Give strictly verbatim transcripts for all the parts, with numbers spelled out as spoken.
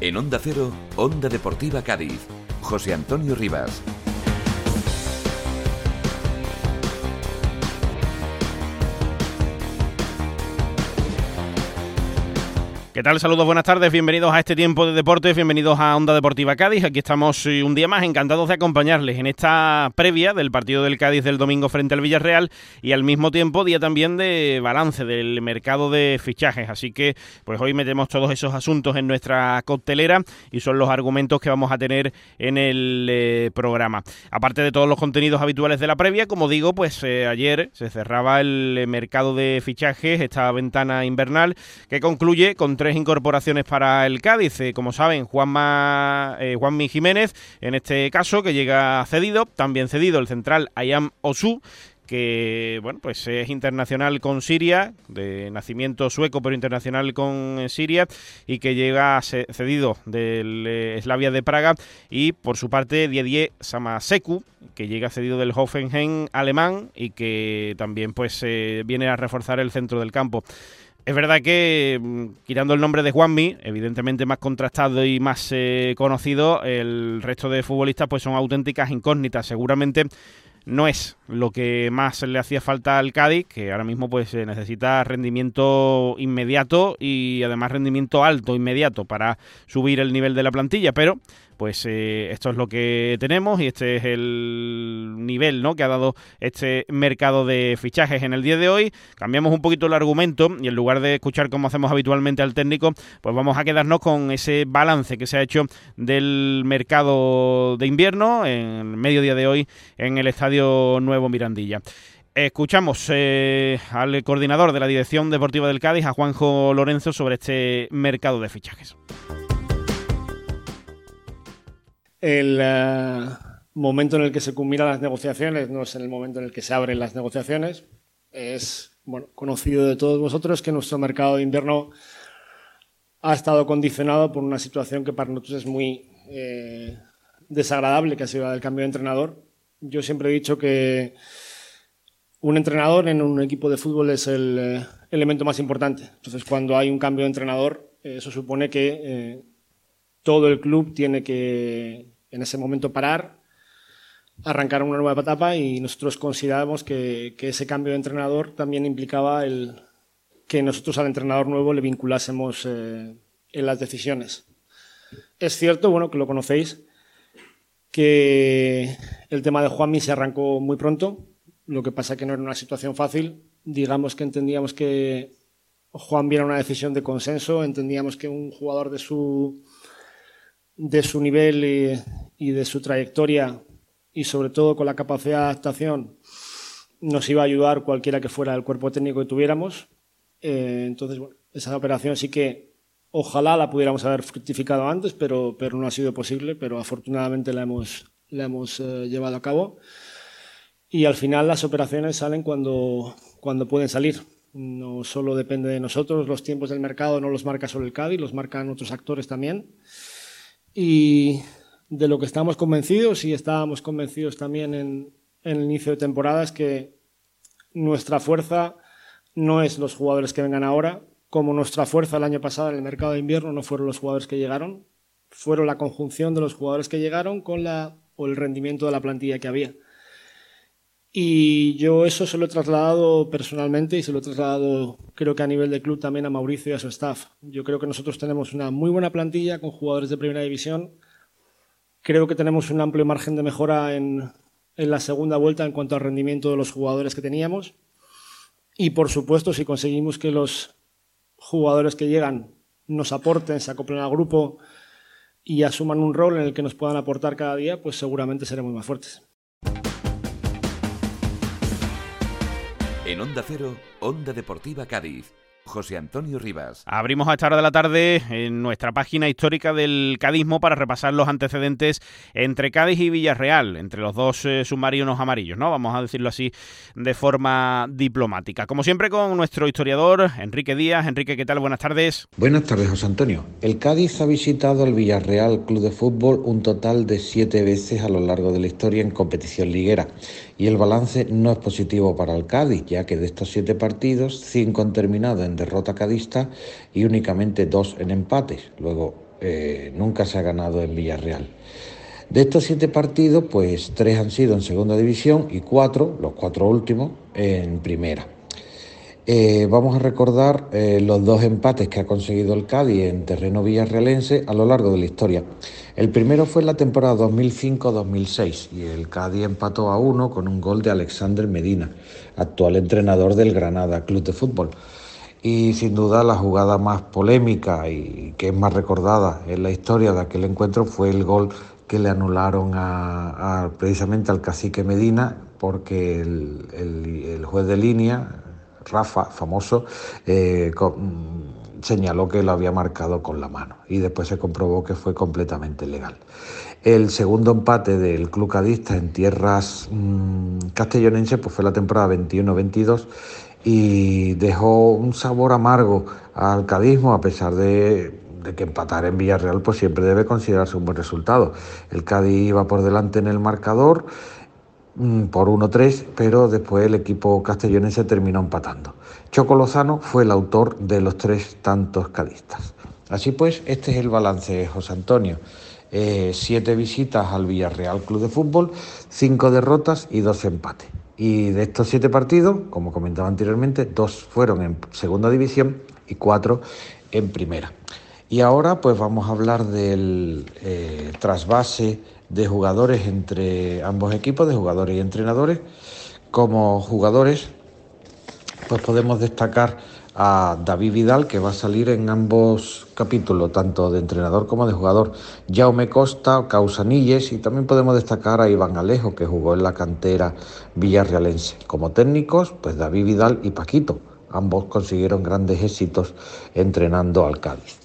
En Onda Cero, Onda Deportiva Cádiz. José Antonio Rivas. ¿Qué tal? Saludos, buenas tardes, bienvenidos a este tiempo de deportes, bienvenidos a Onda Deportiva Cádiz. Aquí estamos un día más encantados de acompañarles en esta previa del partido del Cádiz del domingo frente al Villarreal y al mismo tiempo día también de balance del mercado de fichajes. Así que pues hoy metemos todos esos asuntos en nuestra coctelera y son los argumentos que vamos a tener en el eh, programa. Aparte de todos los contenidos habituales de la previa, como digo, pues eh, ayer se cerraba el mercado de fichajes, esta ventana invernal que concluye con tres incorporaciones para el Cádiz. Eh, como saben, Juanma, eh, Juanmi Jiménez, en este caso, que llega cedido, también cedido el central Ayam Osu, que bueno, pues es internacional con Siria, de nacimiento sueco pero internacional con Siria, y que llega cedido del eh, Slavia de Praga, y por su parte Didier Samaseku, que llega cedido del Hoffenheim alemán y que también pues eh, viene a reforzar el centro del campo. Es verdad que, quitando el nombre de Juanmi, evidentemente más contrastado y más eh, conocido, el resto de futbolistas pues son auténticas incógnitas. Seguramente no es lo que más le hacía falta al Cádiz, que ahora mismo pues necesita rendimiento inmediato y además rendimiento alto inmediato para subir el nivel de la plantilla, pero pues eh, esto es lo que tenemos y este es el nivel, ¿no?, que ha dado este mercado de fichajes en el día de hoy. Cambiamos un poquito el argumento y en lugar de escuchar como hacemos habitualmente al técnico, pues vamos a quedarnos con ese balance que se ha hecho del mercado de invierno en el mediodía de hoy en el Estadio Nuevo Mirandilla. Escuchamos eh, al coordinador de la Dirección Deportiva del Cádiz, a Juanjo Lorenzo, sobre este mercado de fichajes. El uh, momento en el que se culminan las negociaciones no es el momento en el que se abren las negociaciones. Es bueno, conocido de todos vosotros que nuestro mercado de invierno ha estado condicionado por una situación que para nosotros es muy eh, desagradable, que ha sido la del cambio de entrenador. Yo siempre he dicho que un entrenador en un equipo de fútbol es el eh, elemento más importante. Entonces, cuando hay un cambio de entrenador, eh, eso supone que eh, todo el club tiene que, en ese momento, parar, arrancar una nueva etapa, y nosotros consideramos que, que ese cambio de entrenador también implicaba el que nosotros al entrenador nuevo le vinculásemos eh, en las decisiones. Es cierto, bueno, que lo conocéis, que el tema de Juanmi se arrancó muy pronto, lo que pasa que no era una situación fácil. Digamos que entendíamos que Juanmi era una decisión de consenso, entendíamos que un jugador de su de su nivel y, y de su trayectoria, y sobre todo con la capacidad de adaptación, nos iba a ayudar cualquiera que fuera el cuerpo técnico que tuviéramos. Eh, entonces, bueno, esa operación sí que ojalá la pudiéramos haber fructificado antes, pero, pero no ha sido posible, pero afortunadamente la hemos, la hemos eh, llevado a cabo. Y al final las operaciones salen cuando, cuando pueden salir. No solo depende de nosotros, los tiempos del mercado no los marca solo el Cádiz, los marcan otros actores también. Y de lo que estamos convencidos, y estábamos convencidos también en, en el inicio de temporada, es que nuestra fuerza no es los jugadores que vengan ahora, como nuestra fuerza el año pasado en el mercado de invierno no fueron los jugadores que llegaron, fueron la conjunción de los jugadores que llegaron con la, o el rendimiento de la plantilla que había. Y yo eso se lo he trasladado personalmente y se lo he trasladado, creo que a nivel de club, también a Mauricio y a su staff. Yo creo que nosotros tenemos una muy buena plantilla con jugadores de primera división. Creo que tenemos un amplio margen de mejora en, en la segunda vuelta en cuanto al rendimiento de los jugadores que teníamos. Y por supuesto, si conseguimos que los jugadores que llegan nos aporten, se acoplen al grupo y asuman un rol en el que nos puedan aportar cada día, pues seguramente seremos más fuertes. En Onda Cero, Onda Deportiva Cádiz. José Antonio Rivas. Abrimos a esta hora de la tarde en nuestra página histórica del cadismo para repasar los antecedentes entre Cádiz y Villarreal, entre los dos eh, submarinos amarillos, ¿no? Vamos a decirlo así de forma diplomática. Como siempre, con nuestro historiador, Enrique Díaz. Enrique, ¿qué tal? Buenas tardes. Buenas tardes, José Antonio. El Cádiz ha visitado al Villarreal Club de Fútbol un total de siete veces a lo largo de la historia en competición liguera. Y el balance no es positivo para el Cádiz, ya que de estos siete partidos, cinco han terminado en derrota cadista y únicamente dos en empates. Luego, eh, nunca se ha ganado en Villarreal. De estos siete partidos, pues tres han sido en segunda división y cuatro, los cuatro últimos, en primera. Eh, vamos a recordar eh, los dos empates que ha conseguido el Cádiz en terreno villarrealense a lo largo de la historia. El primero fue en la temporada dos mil cinco dos mil seis y el Cádiz empató a uno con un gol de Alexander Medina, actual entrenador del Granada Club de Fútbol. Y sin duda la jugada más polémica y que es más recordada en la historia de aquel encuentro fue el gol que le anularon a, a, precisamente al cacique Medina, porque el, el, el juez de línea, Rafa, famoso, eh, con, señaló que lo había marcado con la mano y después se comprobó que fue completamente legal. El segundo empate del club cadista en tierras mmm, castellonenses pues fue la temporada veintiuno veintidós y dejó un sabor amargo al cadismo, a pesar de, de que empatar en Villarreal pues siempre debe considerarse un buen resultado. El Cádiz iba por delante en el marcador por uno tres, pero después el equipo castellonense terminó empatando. Choco Lozano fue el autor de los tres tantos cadistas. Así pues, este es el balance, José Antonio. Eh, siete visitas al Villarreal Club de Fútbol, cinco derrotas y dos empates. Y de estos siete partidos, como comentaba anteriormente, dos fueron en segunda división y cuatro en primera. Y ahora pues vamos a hablar del eh, trasvase de jugadores entre ambos equipos, de jugadores y entrenadores. Como jugadores, pues podemos destacar a David Vidal, que va a salir en ambos capítulos, tanto de entrenador como de jugador, Jaume Costa, Causanilles, y también podemos destacar a Iván Alejo, que jugó en la cantera villarrealense. Como técnicos, pues David Vidal y Paquito, ambos consiguieron grandes éxitos entrenando al Cádiz.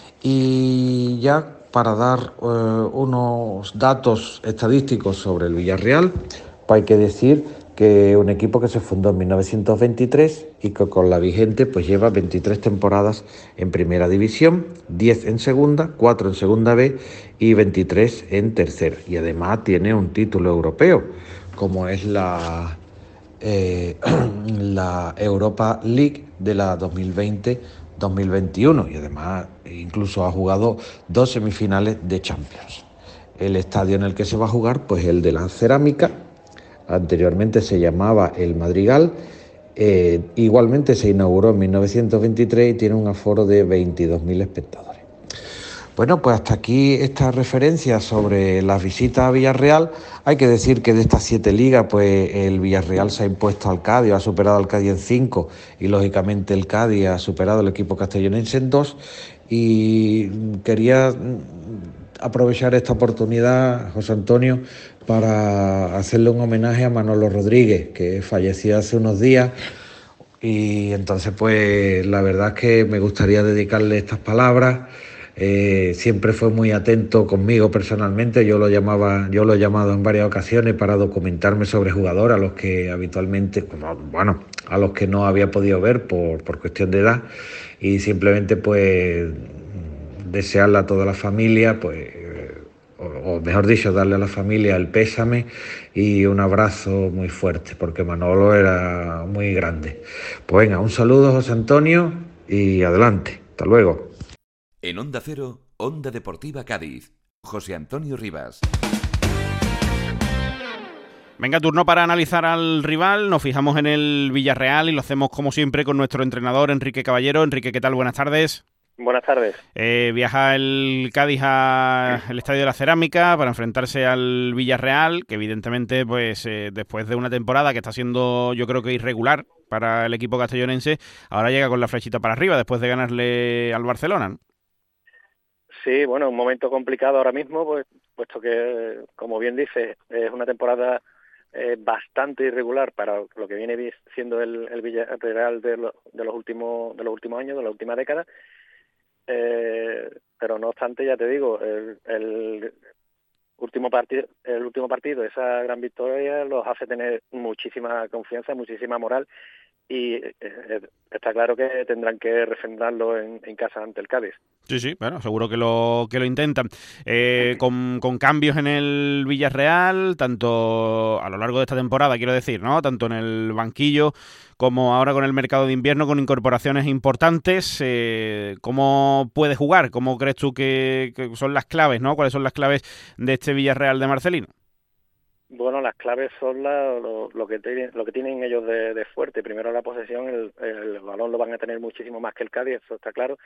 Y ya para dar eh, unos datos estadísticos sobre el Villarreal, pues hay que decir que un equipo que se fundó en mil novecientos veintitrés y que con la vigente pues lleva veintitrés temporadas en primera división, diez en segunda, cuatro en segunda B y veintitrés en tercera. Y además tiene un título europeo, como es la, eh, la Europa League de la dos mil veinte dos mil veintiuno, y además incluso ha jugado dos semifinales de Champions. El estadio en el que se va a jugar, pues el de la Cerámica, anteriormente se llamaba el Madrigal, eh, igualmente se inauguró en mil novecientos veintitrés y tiene un aforo de veintidós mil espectadores. Bueno, pues hasta aquí esta referencia sobre las visitas a Villarreal. Hay que decir que de estas siete ligas, pues el Villarreal se ha impuesto al Cádiz, ha superado al Cádiz en cinco y lógicamente el Cádiz ha superado al equipo castellonense en dos. Y quería aprovechar esta oportunidad, José Antonio, para hacerle un homenaje a Manolo Rodríguez, que falleció hace unos días. Y entonces, pues la verdad es que me gustaría dedicarle estas palabras. Eh, siempre fue muy atento conmigo personalmente. Yo lo llamaba, yo lo he llamado en varias ocasiones para documentarme sobre jugadores a los que habitualmente, bueno, a los que no había podido ver por, por cuestión de edad, y simplemente pues desearle a toda la familia, pues, o, o mejor dicho, darle a la familia el pésame y un abrazo muy fuerte, porque Manolo era muy grande. Pues venga, un saludo, José Antonio, y adelante. Hasta luego. En Onda Cero, Onda Deportiva Cádiz, José Antonio Rivas. Venga, turno para analizar al rival. Nos fijamos en el Villarreal y lo hacemos como siempre con nuestro entrenador Enrique Caballero. Enrique, ¿qué tal? Buenas tardes. Buenas tardes. Eh, viaja el Cádiz al Estadio de la Cerámica para enfrentarse al Villarreal, que evidentemente, pues eh, después de una temporada que está siendo, yo creo que irregular para el equipo castellonense, ahora llega con la flechita para arriba después de ganarle al Barcelona, ¿no? Sí, bueno, un momento complicado ahora mismo, pues puesto que, como bien dice, es una temporada eh, bastante irregular para lo que viene siendo el, el Villarreal de, lo, de los últimos de los últimos años, de la última década. Eh, pero no obstante, ya te digo, el, el último partido, el último partido, esa gran victoria los hace tener muchísima confianza, muchísima moral, y eh, está claro que tendrán que refrendarlo en, en casa ante el Cádiz. Sí, sí, bueno, seguro que lo que lo intentan. Eh, con, con cambios en el Villarreal, tanto a lo largo de esta temporada, quiero decir, ¿no? Tanto en el banquillo como ahora con el mercado de invierno, con incorporaciones importantes. Eh, ¿Cómo puede jugar? ¿Cómo crees tú que, que son las claves, ¿no? ¿Cuáles son las claves de este Villarreal de Marcelino? Bueno, las claves son la, lo, lo que tienen, lo que tienen ellos de, de fuerte. Primero la posesión, el, el balón lo van a tener muchísimo más que el Cádiz, eso está claro.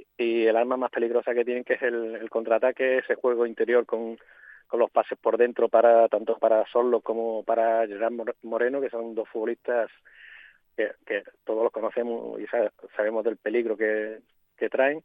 Y el arma más peligrosa que tienen, que es el, el contraataque, ese juego interior con, con los pases por dentro, para tanto para Sorlo como para Gerard Moreno, que son dos futbolistas que, que todos los conocemos y sabemos del peligro que, que traen.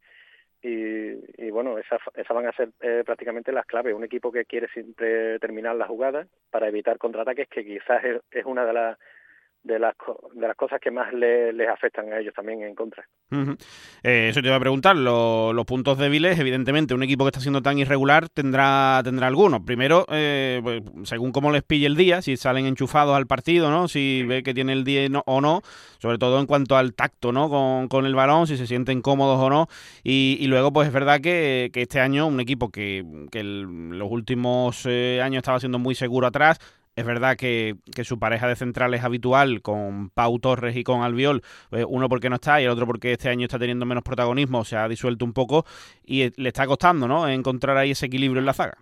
Y, y bueno, esas esa van a ser eh, prácticamente las claves. Un equipo que quiere siempre terminar la jugada para evitar contraataques, que quizás es, es una de las de las de las cosas que más le, les afectan a ellos también en contra. Uh-huh. Eh, eso te iba a preguntar, lo, los puntos débiles, evidentemente, un equipo que está siendo tan irregular tendrá tendrá algunos. Primero, eh, pues, según cómo les pille el día, si salen enchufados al partido, ¿no? Si ve que tiene el día no, o no, sobre todo en cuanto al tacto, ¿no? Con, con el balón, si se sienten cómodos o no. Y, y luego, pues es verdad que, que este año un equipo que, que el, los últimos eh, años estaba siendo muy seguro atrás. Es verdad que, que su pareja de centrales habitual, con Pau Torres y con Albiol, pues uno porque no está y el otro porque este año está teniendo menos protagonismo, se ha disuelto un poco y le está costando, ¿no?, encontrar ahí ese equilibrio en la zaga.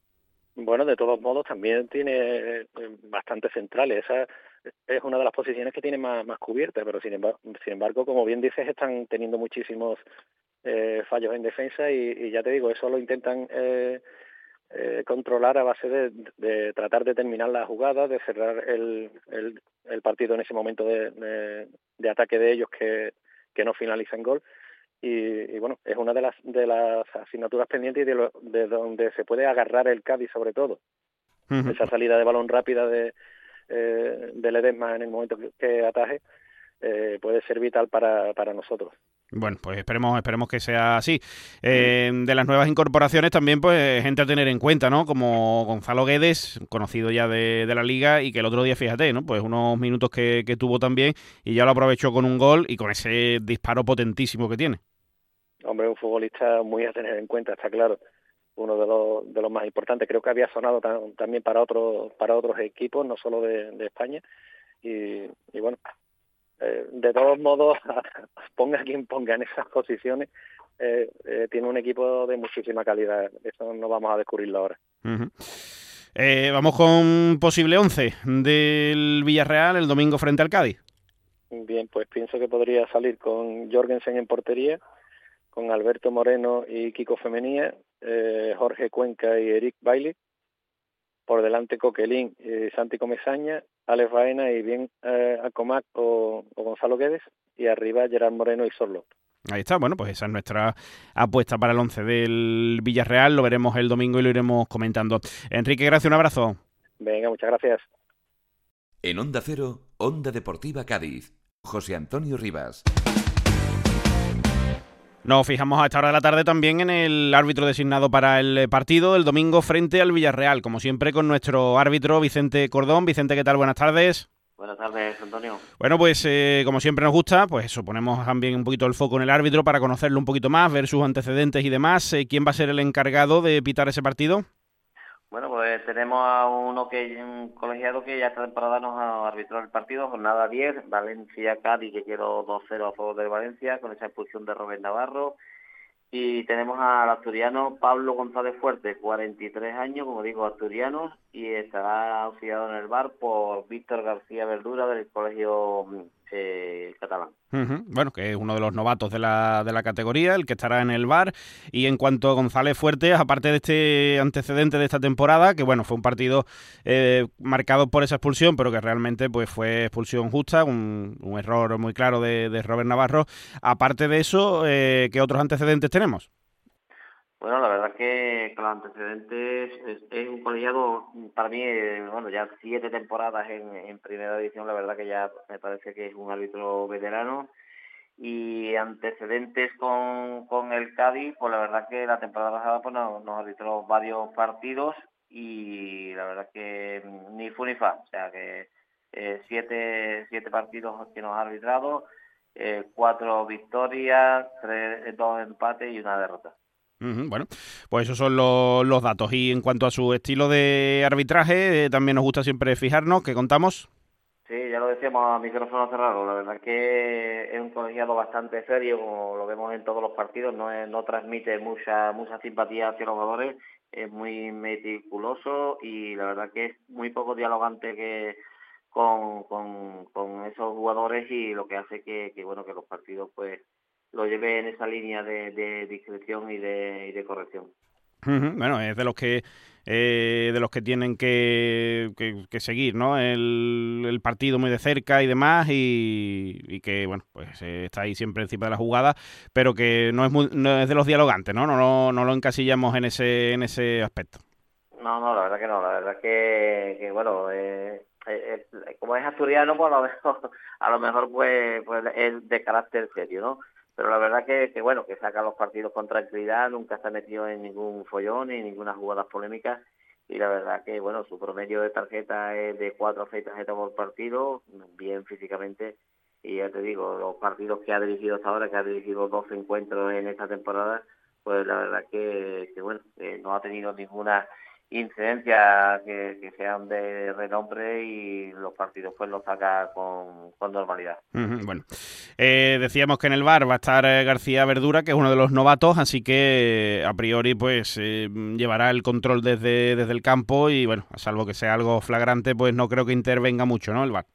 Bueno, de todos modos también tiene bastantes centrales. Esa es una de las posiciones que tiene más, más cubierta, pero sin embargo, sin embargo, como bien dices, están teniendo muchísimos eh, fallos en defensa y, y ya te digo, eso lo intentan eh, Eh, controlar a base de, de tratar de terminar la jugada, de cerrar el, el, el partido en ese momento de, de, de ataque de ellos que, que no finaliza en gol. Y, y bueno, es una de las de las asignaturas pendientes y de, lo, de donde se puede agarrar el Cádiz, sobre todo. Uh-huh. Esa salida de balón rápida de, eh, de Ledesma en el momento que, que ataje eh, puede ser vital para, para nosotros. Bueno, pues esperemos esperemos que sea así. Eh, de las nuevas incorporaciones también, pues, gente a tener en cuenta, ¿no? Como Gonzalo Guedes, conocido ya de, de la Liga, y que el otro día, fíjate, ¿no? Pues unos minutos que, que tuvo también y ya lo aprovechó con un gol y con ese disparo potentísimo que tiene. Hombre, un futbolista muy a tener en cuenta, está claro. Uno de los de los más importantes. Creo que había sonado tam, también para otros para otros equipos, no solo de, de España. Y, y bueno, eh, de todos modos, ponga quien ponga en esas posiciones, eh, eh, tiene un equipo de muchísima calidad. Eso no vamos a descubrirlo ahora. Uh-huh. Eh, vamos con posible once del Villarreal el domingo frente al Cádiz. Bien, pues pienso que podría salir con Jorgensen en portería, con Alberto Moreno y Kiko Femenía, eh, Jorge Cuenca y Eric Bailey, por delante Coquelín y Santi Comesaña, Alex Baena y bien eh, Acomac o, o Gonzalo Guedes, y arriba Gerard Moreno y Sorlo. Ahí está, bueno, pues esa es nuestra apuesta para el once del Villarreal, lo veremos el domingo y lo iremos comentando. Enrique, gracias, un abrazo. Venga, muchas gracias. En Onda Cero, Onda Deportiva Cádiz, José Antonio Rivas. Nos fijamos a esta hora de la tarde también en el árbitro designado para el partido del domingo frente al Villarreal, como siempre con nuestro árbitro Vicente Cordón. Vicente, ¿qué tal? Buenas tardes. Buenas tardes, Antonio. Bueno, pues eh, como siempre nos gusta, pues eso, ponemos también un poquito el foco en el árbitro para conocerlo un poquito más, ver sus antecedentes y demás. Eh, ¿Quién va a ser el encargado de pitar ese partido? Bueno, pues tenemos a uno que un colegiado que ya esta temporada nos arbitró el partido, jornada diez, Valencia-Cádiz, que quedó dos cero a favor de Valencia, con esa expulsión de Robert Navarro. Y tenemos al asturiano Pablo González Fuerte, cuarenta y tres años, como digo, asturiano, y estará auxiliado en el V A R por Víctor García Verdura del colegio eh, catalán. Uh-huh. Bueno, que es uno de los novatos de la, de la categoría, el que estará en el V A R. Y en cuanto a González Fuerte, aparte de este antecedente de esta temporada, que bueno, fue un partido eh, marcado por esa expulsión, pero que realmente pues fue expulsión justa, un, un error muy claro de, de Robert Navarro. Aparte de eso, eh, ¿qué otros antecedentes tenemos? Bueno, la verdad que, que los antecedentes es, es un colegiado, para mí, bueno, ya siete temporadas en, en primera división, la verdad que ya me parece que es un árbitro veterano. Y antecedentes con, con el Cádiz, pues la verdad que la temporada pasada pues nos, nos arbitró varios partidos y la verdad que ni fu ni fa, o sea que eh, siete, siete partidos que nos ha arbitrado eh, cuatro victorias, tres, dos empates y una derrota. Uh-huh, bueno, pues esos son los, los datos. Y en cuanto a su estilo de arbitraje, eh, también nos gusta siempre fijarnos, ¿qué contamos? Sí, ya lo decíamos a micrófono cerrado, la verdad que es un colegiado bastante serio, como lo vemos en todos los partidos, no, es, no transmite mucha mucha simpatía hacia los jugadores, es muy meticuloso y la verdad que es muy poco dialogante que con, con, con esos jugadores, y lo que hace que, que bueno que los partidos pues lo lleve en esa línea de, de discreción y de, y de corrección. Uh-huh. Bueno, es de los que eh, de los que tienen que, que, que seguir, ¿no? El, el partido muy de cerca y demás, y, y que bueno, pues eh, está ahí siempre encima de la jugada, pero que no es muy, no es de los dialogantes, ¿no? No, no, no lo encasillamos en ese en ese aspecto. No, no, la verdad que no, la verdad que, que bueno, eh, eh, eh, como es asturiano, pues a lo mejor, a lo mejor pues, pues es de carácter serio, ¿no? Pero la verdad que, que bueno, que saca los partidos con tranquilidad, nunca se ha metido en ningún follón ni en ninguna jugada polémica, y la verdad que bueno, su promedio de tarjeta es de cuatro a seis tarjetas por partido, bien físicamente, y ya te digo, los partidos que ha dirigido hasta ahora, que ha dirigido doce encuentros en esta temporada, pues la verdad que, que bueno, eh, no ha tenido ninguna incidencias que, que sean de renombre, y los partidos pues los saca con, con normalidad. Uh-huh, bueno, eh, decíamos que en el V A R va a estar eh, García Verdura, que es uno de los novatos, así que a priori pues eh, llevará el control desde, desde el campo, y bueno, a salvo que sea algo flagrante, pues no creo que intervenga mucho, ¿no? El V A R.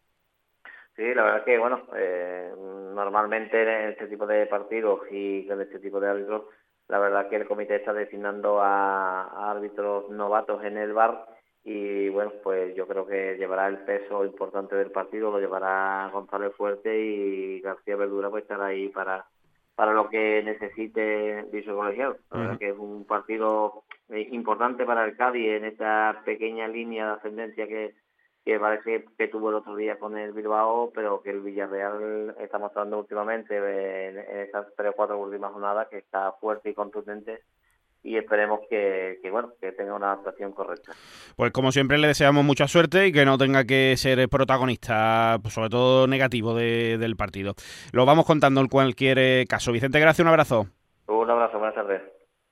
Sí, la verdad que bueno, eh, normalmente en este tipo de partidos y con este tipo de árbitros, la verdad que el comité está designando a, a árbitros novatos en el V A R, y bueno, pues yo creo que llevará el peso importante del partido, lo llevará González Fuerte, y García Verdura pues estará ahí para para lo que necesite dicho colegiado. La verdad uh-huh. que es un partido importante para el Cádiz en esta pequeña línea de ascendencia que que parece que tuvo el otro día con el Bilbao, pero que el Villarreal está mostrando últimamente en, en estas tres o cuatro últimas jornadas que está fuerte y contundente, y esperemos que, que bueno que tenga una actuación correcta. Pues como siempre le deseamos mucha suerte y que no tenga que ser protagonista, pues sobre todo negativo de, del partido. Lo vamos contando en cualquier caso. Vicente, gracias, un abrazo. Un abrazo, buenas tardes.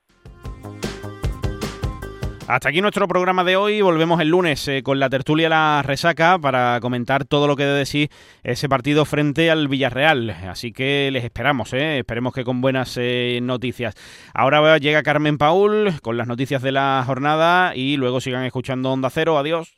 Hasta aquí nuestro programa de hoy. Volvemos el lunes eh, con la tertulia La Resaca para comentar todo lo que dé de sí ese partido frente al Villarreal. Así que les esperamos, ¿eh? Esperemos que con buenas eh, noticias. Ahora llega Carmen Paul con las noticias de la jornada, y luego sigan escuchando Onda Cero. Adiós.